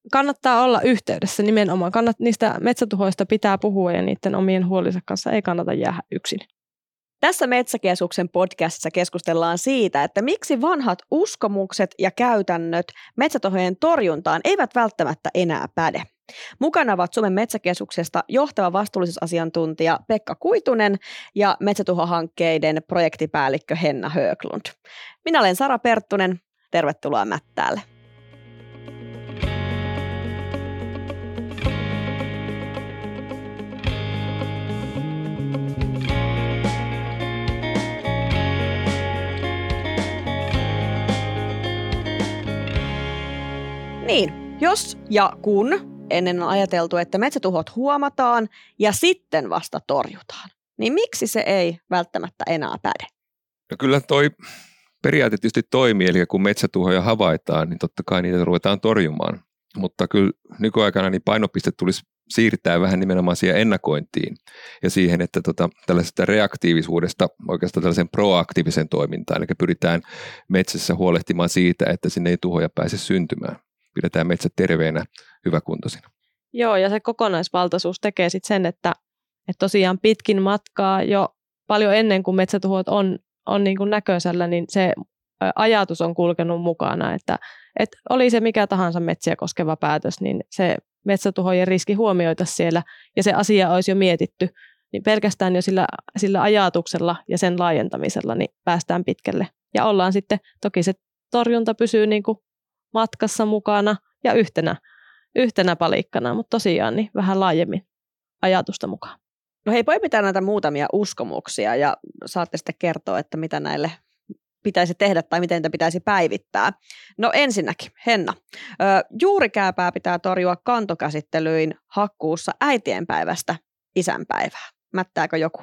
kannattaa olla yhteydessä nimenomaan. Niistä metsätuhoista pitää puhua ja niiden omien huolinsa kanssa ei kannata jäädä yksin. Tässä Metsäkeskuksen podcastissa keskustellaan siitä, että miksi vanhat uskomukset ja käytännöt metsätuhojen torjuntaan eivät välttämättä enää päde. Mukana ovat Suomen Metsäkeskuksesta johtava vastuullisuusasiantuntija Pekka Kuitunen ja metsätuhohankkeiden projektipäällikkö Henna Höglund. Minä olen Sara Perttunen. Tervetuloa Mättäälle. Niin, jos ja kun ennen on ajateltu, että metsätuhot huomataan ja sitten vasta torjutaan, niin miksi se ei välttämättä enää päde? No kyllä toi periaate tietysti toimii, eli kun metsätuhoja havaitaan, niin totta kai niitä ruvetaan torjumaan. Mutta kyllä nykyaikana niin painopiste tulisi siirtää vähän nimenomaan siihen ennakointiin ja siihen, että tällaisesta reaktiivisuudesta oikeastaan tällaisen proaktiivisen toimintaan, eli pyritään metsässä huolehtimaan siitä, että sinne ei tuhoja pääse syntymään. Pidetään metsät terveenä, hyväkuntoisina. Joo, ja se kokonaisvaltaisuus tekee sitten sen, että tosiaan pitkin matkaa jo paljon ennen kuin metsätuhot on niin kuin näköisellä, niin se ajatus on kulkenut mukana, että oli se mikä tahansa metsiä koskeva päätös, niin se metsätuhojen riski huomioitaisiin siellä ja se asia olisi jo mietitty, niin pelkästään jo sillä ajatuksella ja sen laajentamisella niin päästään pitkälle. Ja ollaan sitten, toki se torjunta pysyy niin kuin matkassa mukana ja yhtenä palikkana, mutta tosiaan niin vähän laajemmin ajatusta mukaan. No hei, poimitaan näitä muutamia uskomuksia ja saatte sitten kertoa, että mitä näille pitäisi tehdä tai miten niitä pitäisi päivittää. No ensinnäkin, Henna, juurikääpää pitää torjua kantokäsittelyin hakkuussa äitienpäivästä isänpäivää. Mättääkö joku?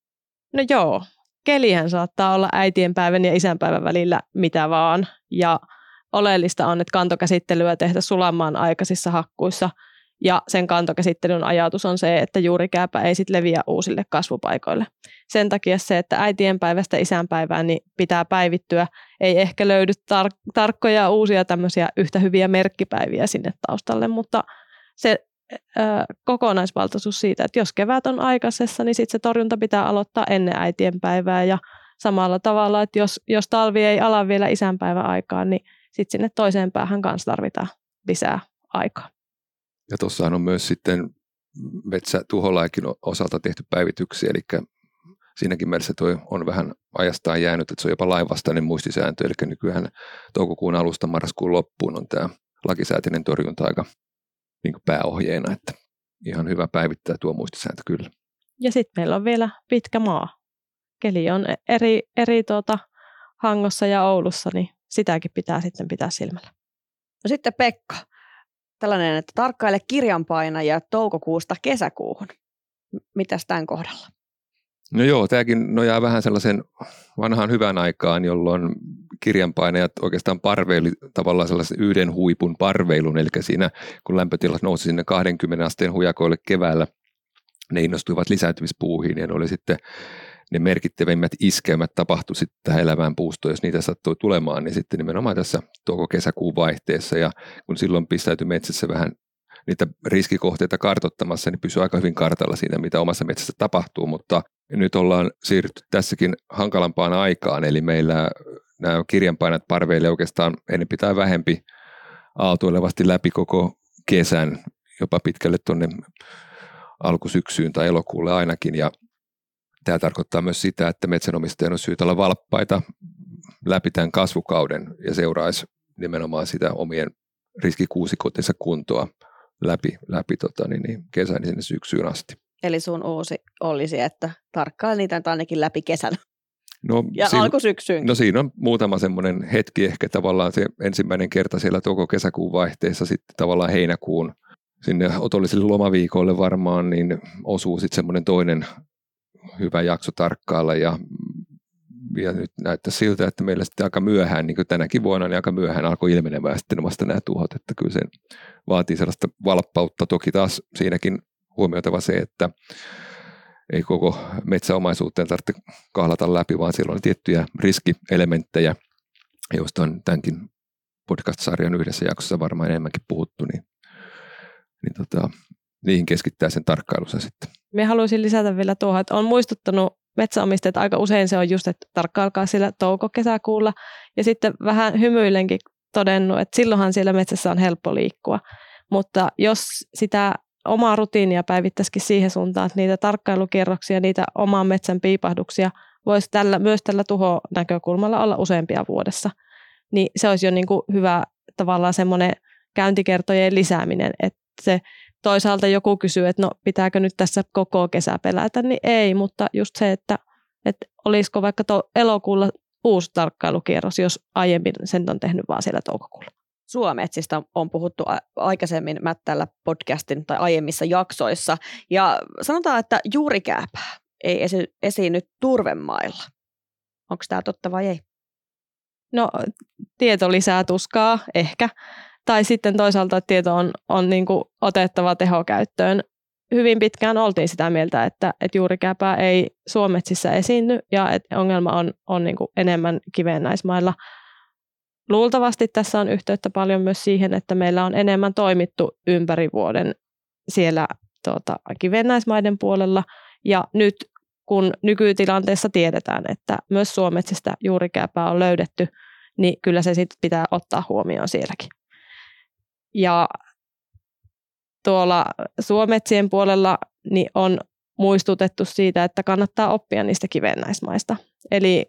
No joo, kelihän saattaa olla äitienpäivän ja isänpäivän välillä mitä vaan ja oleellista on, että kantokäsittelyä tehdä sulamaan aikaisissa hakkuissa ja sen kantokäsittelyn ajatus on se, että juurikääpä ei sitten leviä uusille kasvupaikoille. Sen takia se, että äitienpäivästä isänpäivään niin pitää päivittyä, ei ehkä löydy tarkkoja uusia tämmöisiä yhtä hyviä merkkipäiviä sinne taustalle, mutta se kokonaisvaltaisuus siitä, että jos kevät on aikaisessa, niin sitten se torjunta pitää aloittaa ennen äitienpäivää ja samalla tavalla, että jos talvi ei ala vielä isänpäivän aikaan, niin sitten sinne toiseen päähän kanssa tarvitaan lisää aikaa. Ja tuossahan on myös sitten metsätuholaikin osalta tehty päivityksiä, eli siinäkin mielessä tuo on vähän ajastaan jäänyt, että se on jopa lainvastainen muistisääntö, eli nykyään toukokuun alusta marraskuun loppuun on tämä lakisääteinen torjunta aika niin kuin pääohjeena, että ihan hyvä päivittää tuo muistisääntö kyllä. Ja sitten meillä on vielä pitkä maa. Keli on eri Hangossa ja Oulussa, niin sitäkin pitää sitten pitää silmällä. No sitten Pekka, tällainen, että tarkkaile kirjanpainajia toukokuusta kesäkuuhun. Mitäs tämän kohdalla? No joo, tämäkin nojaa vähän sellaisen vanhaan hyvän aikaan, jolloin kirjanpainajat oikeastaan parveili tavallaan sellaisen yhden huipun parveilun, eli siinä kun lämpötilat nousi sinne 20 asteen hujakoille keväällä, ne innostuivat lisääntymispuuhiin ja ne oli sitten ne merkittävimmät iskeymät tapahtui sitten tähän elävään puustoon, jos niitä sattui tulemaan, niin sitten nimenomaan tässä touko-kesäkuun vaihteessa ja kun silloin pistäytyi metsässä vähän niitä riskikohteita kartoittamassa, niin pysyy aika hyvin kartalla siitä, mitä omassa metsässä tapahtuu, mutta nyt ollaan siirrytty tässäkin hankalampaan aikaan, eli meillä nämä kirjanpainat parveilee oikeastaan ennen pitää vähempi aaltoilevasti läpi koko kesän, jopa pitkälle tuonne alkusyksyyn tai elokuulle ainakin, ja tämä tarkoittaa myös sitä, että metsänomistajan on syytä olla valppaita läpi tämän kasvukauden ja seuraisi nimenomaan sitä omien riskikuusikotensa kuntoa läpi kesän sinne syksyyn asti. Eli sun uusi olisi, että tarkkaile niitä ainakin läpi kesän ja siinä, alkusyksyyn. No siinä on muutama semmoinen hetki, ehkä tavallaan se ensimmäinen kerta siellä touko-kesäkuun vaihteessa, sitten tavallaan heinäkuun sinne otollisille lomaviikoille varmaan, niin osuu sitten semmoinen toinen hyvä jakso tarkkailla ja nyt näyttää siltä, että meillä sitten aika myöhään, niin kuin tänäkin vuonna, niin aika myöhään alkoi ilmenemään sitten vasta nämä tuhot, että kyllä se vaatii sellaista valppautta. Toki taas siinäkin huomioitava se, että ei koko metsäomaisuuteen tarvitse kahlata läpi, vaan siellä on tiettyjä riskielementtejä, joista on tämänkin podcast-sarjan yhdessä jaksossa varmaan enemmänkin puhuttu, niin niihin keskittää sen tarkkailunsa sitten. Minä haluaisin lisätä vielä tuohon, että olen muistuttanut metsäomistajat aika usein se on just, että tarkkailkaa sillä touko-kesäkuulla ja sitten vähän hymyillenkin todennut, että silloinhan siellä metsässä on helppo liikkua, mutta jos sitä omaa rutiinia päivittäisikin siihen suuntaan, että niitä tarkkailukierroksia, niitä oman metsän piipahduksia voisi myös tällä tuho-näkökulmalla olla useampia vuodessa, niin se olisi jo niin kuin hyvä tavallaan semmoinen käyntikertojen lisääminen, että se toisaalta joku kysyy, että no pitääkö nyt tässä koko kesä pelätä, niin ei, mutta just se, että olisiko vaikka elokuulla uusi tarkkailukierros, jos aiemmin sen on tehnyt vaan siellä toukokuulla. Suometsistä on puhuttu aikaisemmin Mättäällä podcastin tai aiemmissa jaksoissa, ja sanotaan, että juurikääpää ei esiinny turvemailla. Onko tämä totta vai ei? No, tieto lisää tuskaa, ehkä. Tai sitten toisaalta että tieto on niin kuin otettava tehokäyttöön. Hyvin pitkään oltiin sitä mieltä, että juurikääpää ei suometsissä esiinny ja että ongelma on niin kuin enemmän kivennäismailla. Luultavasti tässä on yhteyttä paljon myös siihen, että meillä on enemmän toimittu ympäri vuoden siellä kivennäismaiden puolella. Ja nyt kun nykytilanteessa tiedetään, että myös suometsistä juurikääpää on löydetty, niin kyllä se sitten pitää ottaa huomioon sielläkin. Ja tuolla suometsien puolella niin on muistutettu siitä, että kannattaa oppia niistä kivennäismaista. Eli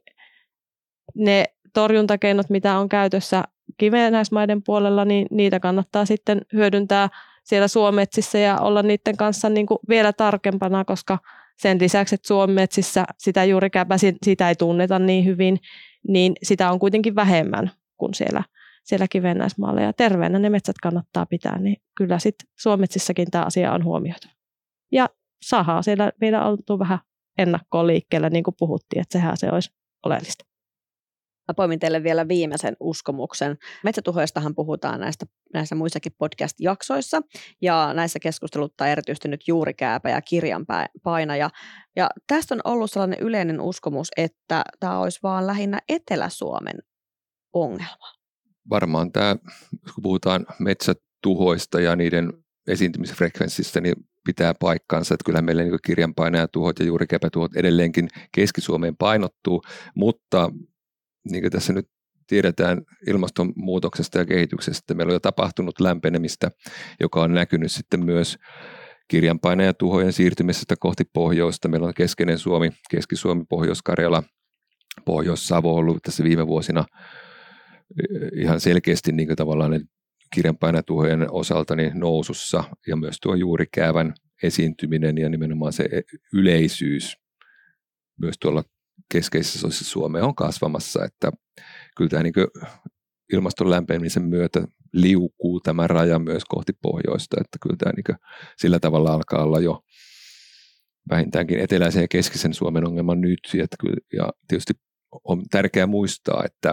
ne torjuntakeinot, mitä on käytössä kivennäismaiden puolella, niin niitä kannattaa sitten hyödyntää siellä suometsissä ja olla niiden kanssa niin kuin vielä tarkempana, koska sen lisäksi, että suometsissä sitä juurikääpää, sitä ei tunneta niin hyvin, niin sitä on kuitenkin vähemmän kuin siellä kivennäismaalla. Ja terveenä ne metsät kannattaa pitää, niin kyllä sitten suometsissäkin tämä asia on huomioitu. Ja sahaa siellä vielä oltu vähän ennakkoon liikkeellä, niin kuin puhuttiin, että sehän se olisi oleellista. Mä poimin teille vielä viimeisen uskomuksen. Metsätuhoistahan puhutaan näissä muissakin podcast-jaksoissa, ja näissä keskusteluttaa erityisesti nyt juurikääpä ja kirjanpainaja. Ja tästä on ollut sellainen yleinen uskomus, että tämä olisi vaan lähinnä Etelä-Suomen ongelma. Varmaan tämä, kun puhutaan metsätuhoista ja niiden esiintymisfrekvenssistä, niin pitää paikkaansa, että kyllä meillä niin kirjanpainajatuhot ja juurikääpätuhot edelleenkin Keski-Suomeen painottuu, mutta niin kuin tässä nyt tiedetään ilmastonmuutoksesta ja kehityksestä, meillä on jo tapahtunut lämpenemistä, joka on näkynyt sitten myös kirjanpainajatuhojen siirtymisestä kohti pohjoista. Meillä on keskeinen Suomi, Keski-Suomi, Pohjois-Karjala, Pohjois-Savo ollut tässä viime vuosina ihan selkeästi niin kuin tavallaan kirjanpainajatuhojen osalta niin nousussa, ja myös tuo juurikäävän esiintyminen ja nimenomaan se yleisyys myös tuolla keskeisessä osassa Suomea on kasvamassa, että kyllä tämä niin ilmaston lämpenemisen myötä liukuu tämä raja myös kohti pohjoista, että kyllä tämä niin sillä tavalla alkaa olla jo vähintäänkin eteläisen ja keskisen Suomen ongelma nyt, ja tietysti on tärkeää muistaa, että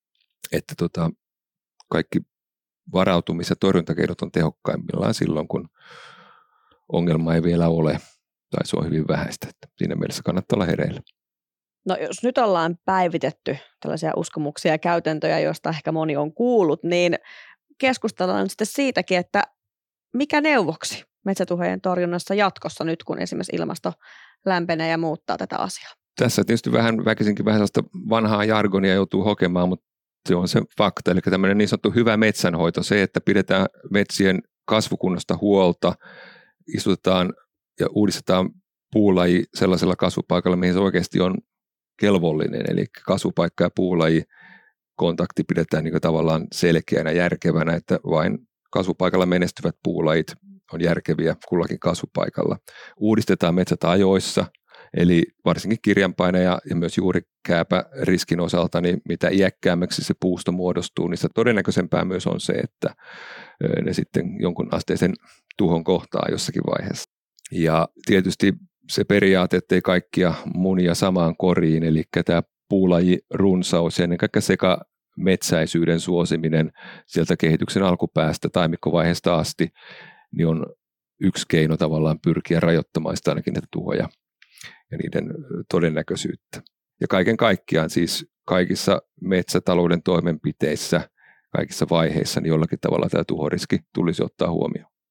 kaikki varautumis- ja torjuntakeinot on tehokkaimmillaan silloin, kun ongelma ei vielä ole tai se on hyvin vähäistä, että siinä mielessä kannattaa olla hereillä. No jos nyt ollaan päivitetty tällaisia uskomuksia ja käytäntöjä, joista ehkä moni on kuullut, niin keskustellaan sitten siitäkin, että mikä neuvoksi metsätuhojen torjunnassa jatkossa nyt, kun esimerkiksi ilmasto lämpenee ja muuttaa tätä asiaa? Tässä tietysti väkisinkin vähän sellaista vanhaa jargonia joutuu hokemaan, mutta se on se fakta, eli tämmöinen niin sanottu hyvä metsänhoito, se, että pidetään metsien kasvukunnosta huolta, istutetaan ja uudistetaan puulaji sellaisella kasvupaikalla, mihin se oikeasti on kelvollinen, eli kasvupaikka ja puulaji kontakti pidetään niin tavallaan selkeänä, järkevänä, että vain kasvupaikalla menestyvät puulajit on järkeviä kullakin kasvupaikalla. Uudistetaan metsät ajoissa, eli varsinkin kirjanpainaja ja myös juurikääpä riskin osalta, niin mitä iäkkäämmäksi se puusto muodostuu, niin se todennäköisempää myös on se, että ne sitten jonkun asteisen tuhon kohtaa jossakin vaiheessa. Ja tietysti se periaate, ettei kaikkia munia samaan koriin, eli tämä puulajirunsaus ja ennen kaikkea sekametsäisyyden suosiminen sieltä kehityksen alkupäästä taimikkovaiheesta asti, niin on yksi keino tavallaan pyrkiä rajoittamaan sitä ainakin näitä tuhoja ja niiden todennäköisyyttä. Ja kaiken kaikkiaan siis kaikissa metsätalouden toimenpiteissä, kaikissa vaiheissa, niin jollakin tavalla tämä tuhoriski tulisi ottaa huomioon.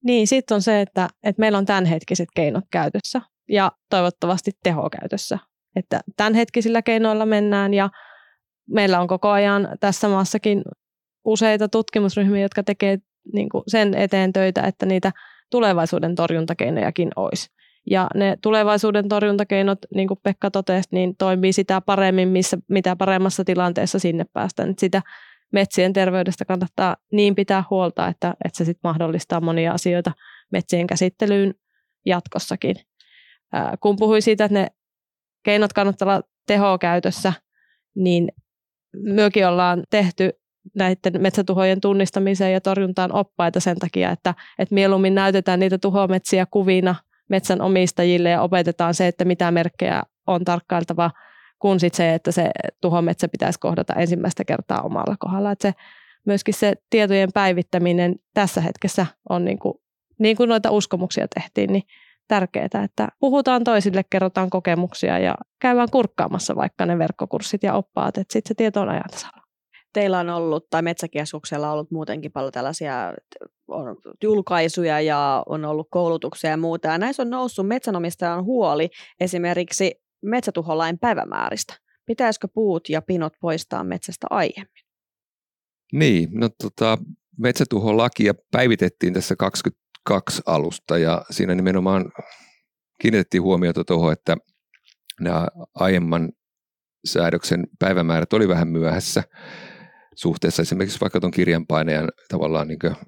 Niin, sitten on se, että meillä on tämänhetkiset keinot käytössä ja toivottavasti tehokäytössä. Että tämänhetkisillä keinoilla mennään ja meillä on koko ajan tässä maassakin useita tutkimusryhmiä, jotka tekee niin kuin sen eteen töitä, että niitä tulevaisuuden torjuntakeinojakin olisi. Ja ne tulevaisuuden torjuntakeinot, niin kuin Pekka totesi, niin toimii sitä paremmin, mitä paremmassa tilanteessa sinne päästään. Et sitä metsien terveydestä kannattaa niin pitää huolta, että se sit mahdollistaa monia asioita metsien käsittelyyn jatkossakin. Kun puhuin siitä, että ne keinot kannattaa olla tehokäytössä, niin myöskin ollaan tehty näiden metsätuhojen tunnistamiseen ja torjuntaan oppaita sen takia, että mieluummin näytetään niitä tuhometsiä kuvina metsän omistajille ja opetetaan se, että mitä merkkejä on tarkkailtava, kun sit se, että se tuhometsä pitäisi kohdata ensimmäistä kertaa omalla kohdalla. Että myöskin se tietojen päivittäminen tässä hetkessä on niin kuin noita uskomuksia tehtiin, niin tärkeää, että puhutaan toisille, kerrotaan kokemuksia ja käydään kurkkaamassa vaikka ne verkkokurssit ja oppaat, että sitten se tieto on ajan tasalla. Teillä on ollut, tai Metsäkeskuksella on ollut muutenkin paljon tällaisia julkaisuja ja on ollut koulutuksia ja muuta. Ja näissä on noussut metsänomistajan huoli esimerkiksi metsätuholain päivämääristä. Pitäisikö puut ja pinot poistaa metsästä aiemmin? Niin, no metsätuholakia päivitettiin tässä 22 alusta ja siinä nimenomaan kiinnitettiin huomiota tuohon, että nämä aiemman säädöksen päivämäärät oli vähän myöhässä suhteessa esimerkiksi vaikka tuon kirjanpainajan tavallaan niin kuin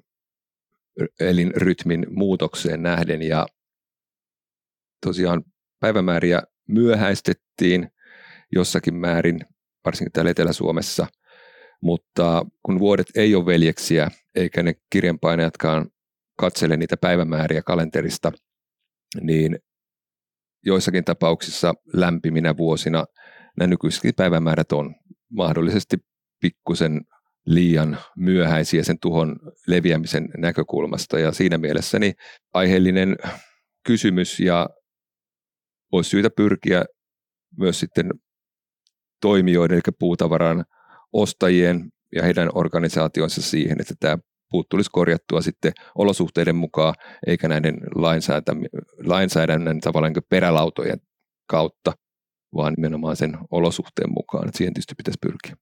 elinrytmin muutokseen nähden ja tosiaan päivämääriä myöhäistettiin jossakin määrin, varsinkin täällä Etelä-Suomessa, mutta kun vuodet ei ole veljeksiä eikä ne kirjanpainajatkaan katsele niitä päivämääriä kalenterista, niin joissakin tapauksissa lämpiminä vuosina nämä nykyisetkin päivämäärät on mahdollisesti pikkusen liian myöhäisiä sen tuhon leviämisen näkökulmasta ja siinä mielessä niin aiheellinen kysymys ja olisi syytä pyrkiä myös sitten toimijoiden, eli puutavaran ostajien ja heidän organisaationsa siihen, että tämä puut tulisi korjattua sitten olosuhteiden mukaan, eikä näiden lainsäädännön tavallaan perälautojen kautta, vaan nimenomaan sen olosuhteen mukaan. Että siihen tietysti pitäisi pyrkiä.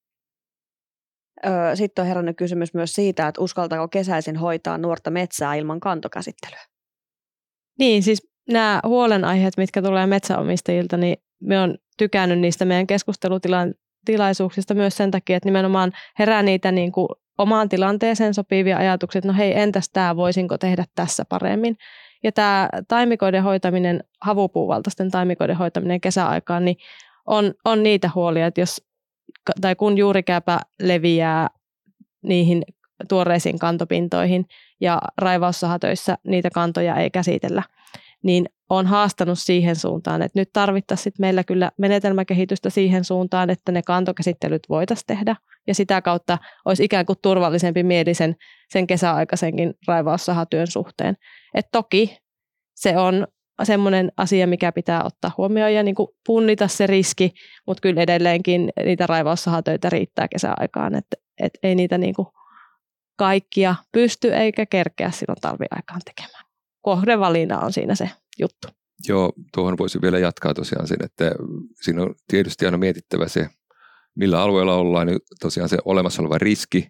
Sitten on herännyt kysymys myös siitä, että uskaltaako kesäisin hoitaa nuorta metsää ilman kantokäsittelyä? Niin, siis nämä huolenaiheet, mitkä tulee metsäomistajilta, niin me on tykännyt niistä meidän keskustelutilaisuuksista myös sen takia, että nimenomaan herää niitä niin kuin omaan tilanteeseen sopivia ajatuksia, että no hei, entäs tämä, voisinko tehdä tässä paremmin. Ja tämä taimikoiden hoitaminen, havupuuvaltaisten taimikoiden hoitaminen kesäaikaan, niin on niitä huolia, että kun juurikääpä leviää niihin tuoreisiin kantopintoihin ja raivaussahatöissä niitä kantoja ei käsitellä, niin on haastanut siihen suuntaan, että nyt tarvittaisiin meillä kyllä menetelmäkehitystä siihen suuntaan, että ne kantokäsittelyt voitaisiin tehdä ja sitä kautta olisi ikään kuin turvallisempi mieli sen kesäaikaisenkin raivaussahatyön suhteen. Et toki se on semmoinen asia, mikä pitää ottaa huomioon ja niin kuin punnita se riski, mutta kyllä edelleenkin niitä raivaussahatöitä riittää kesäaikaan, että ei niitä niin kuin kaikkia pysty eikä kerkeä silloin talviaikaan tekemään. Kohdevalinta on siinä se juttu. Joo, tuohon voisi vielä jatkaa tosiaan sen, että siinä on tietysti aina mietittävä se, millä alueella ollaan, niin tosiaan se olemassa oleva riski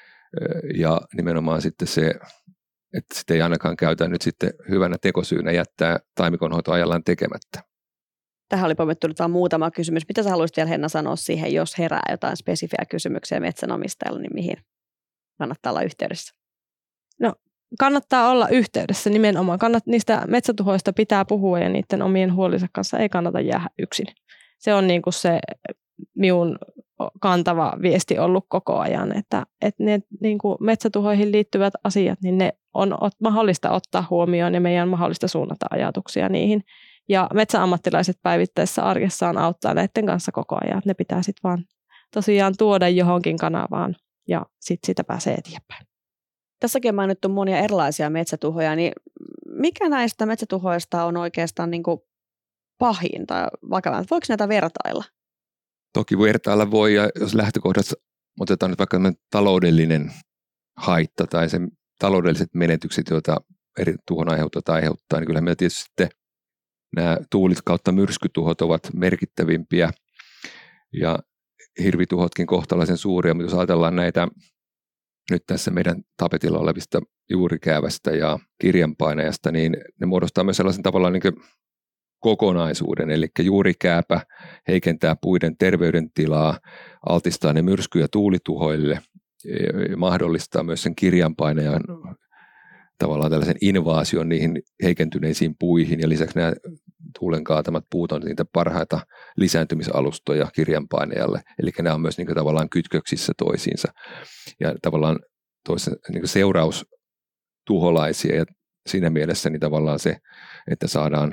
ja nimenomaan sitten se, että sitä ei ainakaan käytä nyt sitten hyvänä tekosyynä jättää taimikonhoito ajallaan tekemättä. Tähän oli poimittunut vain muutama kysymys. Mitä sä haluaisit vielä, Henna, sanoa siihen, jos herää jotain spesifiä kysymyksiä metsänomistajalla, niin mihin kannattaa olla yhteydessä? No, kannattaa olla yhteydessä nimenomaan. Niistä metsätuhoista pitää puhua ja niiden omien huolinsa kanssa ei kannata jäädä yksin. Se on niin kuin se minun kantava viesti ollut koko ajan, että ne niin kuin metsätuhoihin liittyvät asiat, niin ne on mahdollista ottaa huomioon ja meidän on mahdollista suunnata ajatuksia niihin. Ja metsäammattilaiset päivittäisessä arjessaan auttaa näiden kanssa koko ajan. Ne pitää sitten vaan tosiaan tuoda johonkin kanavaan ja sitten sitä pääsee eteenpäin. Tässäkin on mainittu monia erilaisia metsätuhoja, niin mikä näistä metsätuhoista on oikeastaan niin kuin pahin tai vakavaa? Voiko näitä vertailla? Toki vertailla voi, ja jos lähtökohdassa otetaan nyt vaikka taloudellinen haitta tai sen taloudelliset menetykset, joita eri tuhon aiheuttaa, niin kyllä meillä tietysti sitten nämä tuulit kautta myrskytuhot ovat merkittävimpiä ja hirvituhotkin kohtalaisen suuria, mutta jos ajatellaan näitä nyt tässä meidän tapetilla olevista juurikäävästä ja kirjanpainajasta, niin ne muodostaa myös sellaisen tavallaan niin kuin kokonaisuuden, eli juurikääpä heikentää puiden terveydentilaa, altistaa ne myrsky- ja tuulituhoille, ja mahdollistaa myös sen kirjanpainajan tavallaan tällaisen invaasion niihin heikentyneisiin puihin, ja lisäksi nämä tuulen kaatamat puut on niitä parhaita lisääntymisalustoja kirjanpainajalle, eli nämä on myös niin kuin tavallaan kytköksissä toisiinsa, ja tavallaan niin kuin seuraustuholaisia, ja siinä mielessä niin tavallaan se, että saadaan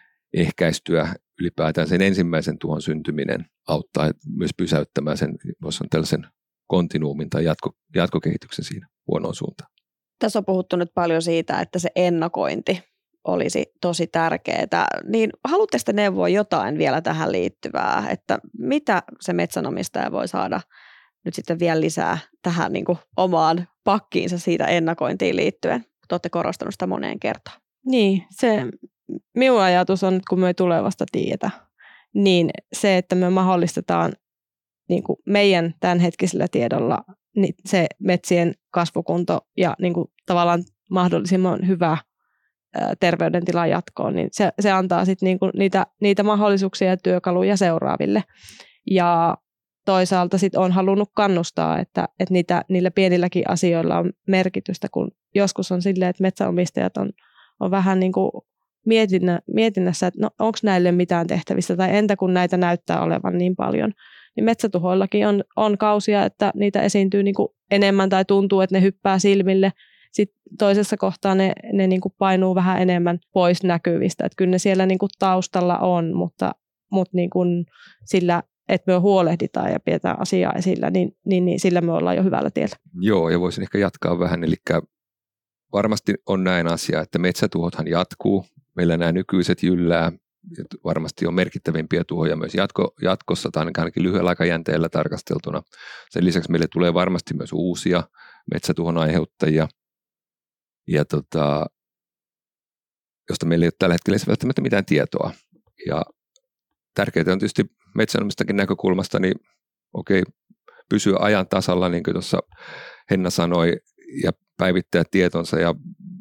ehkäistyä ylipäätään sen ensimmäisen tuhon syntyminen, auttaa myös pysäyttämään sen, jos on tällaisen kontinuumin tai jatkokehityksen siinä huonoon suuntaan. Tässä on puhuttu nyt paljon siitä, että se ennakointi olisi tosi tärkeää. Niin haluatteko te neuvoa jotain vielä tähän liittyvää, että mitä se metsänomistaja voi saada nyt sitten vielä lisää tähän niin kuin omaan pakkiinsa siitä ennakointiin liittyen? Te olette korostanut sitä moneen kertaan. Niin, se minun ajatus on, että kun me ei tulevasta tiedä, niin se, että me mahdollistetaan niin kuin meidän tämänhetkisellä tiedolla niin se metsien kasvukunto ja niin kuin tavallaan mahdollisimman hyvä terveydentilan jatkoon, niin se antaa sitten niin kuin niitä mahdollisuuksia ja työkaluja seuraaville. Ja toisaalta sitten on halunnut kannustaa, että niillä pienilläkin asioilla on merkitystä, kun joskus on silleen, että metsänomistajat on vähän niin kuin mietinnässä, että no, onko näille mitään tehtävistä, tai entä kun näitä näyttää olevan niin paljon. Niin metsätuhoillakin on kausia, että niitä esiintyy niin kuin enemmän tai tuntuu, että ne hyppää silmille. Sitten toisessa kohtaa ne niin kuin painuu vähän enemmän pois näkyvistä. Että kyllä ne siellä niin kuin taustalla on, mutta niin kuin sillä, että me huolehditaan ja pidetään asiaa esillä, niin sillä me ollaan jo hyvällä tiellä. Joo, ja voisin ehkä jatkaa vähän. Eli varmasti on näin asia, että metsätuhothan jatkuu. Meillä nämä nykyiset jyllää. Varmasti on merkittävimpiä tuhoja myös jatkossa tai ainakin lyhyellä aikajänteellä tarkasteltuna. Sen lisäksi meille tulee varmasti myös uusia metsätuhon aiheuttajia, ja josta meillä ei ole tällä hetkellä välttämättä mitään tietoa. Ja tärkeää on tietysti metsänomistakin näkökulmasta, niin pysyä ajan tasalla, niin kuin tuossa Henna sanoi, ja päivittää tietonsa ja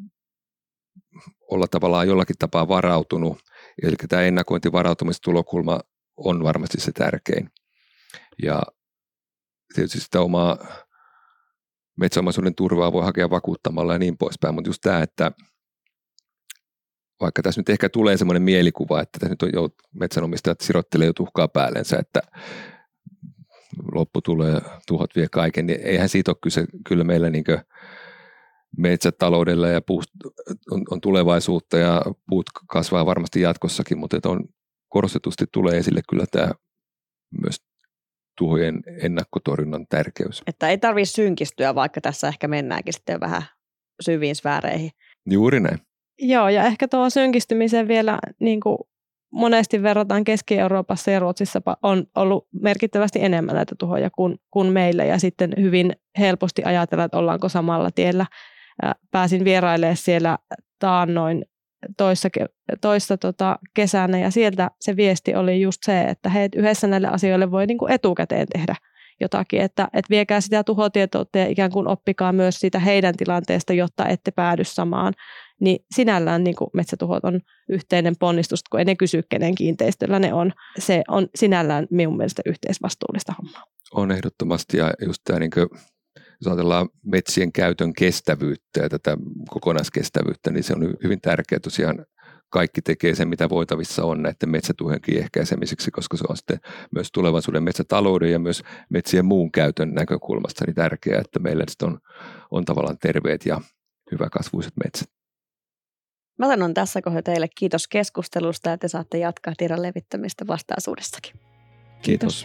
olla tavallaan jollakin tapaa varautunut. Eli tämä ennakointivarautumistulokulma on varmasti se tärkein. Ja tietysti sitä omaa metsäomaisuuden turvaa voi hakea vakuuttamalla ja niin poispäin, mutta just tämä, että vaikka tässä nyt ehkä tulee semmoinen mielikuva, että tässä nyt on metsänomistajat sirottelee jo tuhkaa päällensä, että loppu tulee, tuhot vie kaiken, niin eihän siitä ole kyse. Kyllä meillä niin metsätaloudella ja on tulevaisuutta ja puut kasvaa varmasti jatkossakin, mutta on korostetusti tulee esille kyllä tämä myös tuhojen ennakkotorjunnan tärkeys. Että ei tarvitse synkistyä, vaikka tässä ehkä mennäänkin sitten vähän syviin sfääreihin. Juuri näin. Joo, ja ehkä tuo synkistymisen vielä niin kuin monesti verrataan Keski-Euroopassa ja Ruotsissa on ollut merkittävästi enemmän näitä tuhoja kuin meillä, ja sitten hyvin helposti ajatella, että ollaanko samalla tiellä. Pääsin vierailemaan siellä taannoin toissa kesänä, ja sieltä se viesti oli just se, että he yhdessä näille asioille voi niin kuin etukäteen tehdä jotakin, että viekää sitä tuhotietoutta ja ikään kuin oppikaa myös siitä heidän tilanteesta, jotta ette päädy samaan. Niin sinällään niin kuin metsätuhot on yhteinen ponnistus, kun ei ne kysy, kenen kiinteistöllä ne on. Se on sinällään minun mielestä yhteisvastuullista hommaa. On ehdottomasti, ja just tämä niin kuin, jos ajatellaan metsien käytön kestävyyttä ja tätä kokonaiskestävyyttä, niin se on hyvin tärkeää. Tosiaan kaikki tekee sen, mitä voitavissa on näiden metsätuhojenkin ehkäisemiseksi, koska se on sitten myös tulevaisuuden metsätalouden ja myös metsien muun käytön näkökulmasta niin tärkeää, että meillä on tavallaan terveet ja hyväkasvuiset metsät. Mä sanon tässä kohdassa teille kiitos keskustelusta, ja te saatte jatkaa tiedon levittämistä vastaisuudessakin. Kiitos.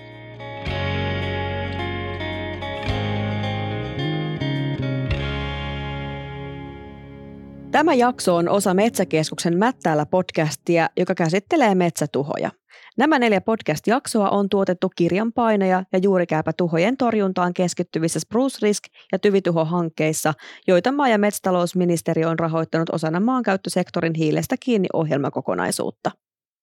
Tämä jakso on osa Metsäkeskuksen Mättäällä podcastia, joka käsittelee metsätuhoja. Nämä 4 podcast-jaksoa on tuotettu kirjanpainaja- ja juurikääpätuhojen torjuntaan keskittyvissä Spruce Risk- ja tyvituhohankkeissa, joita maa- ja metsätalousministeriö on rahoittanut osana maankäyttösektorin hiilestä kiinni -ohjelmakokonaisuutta.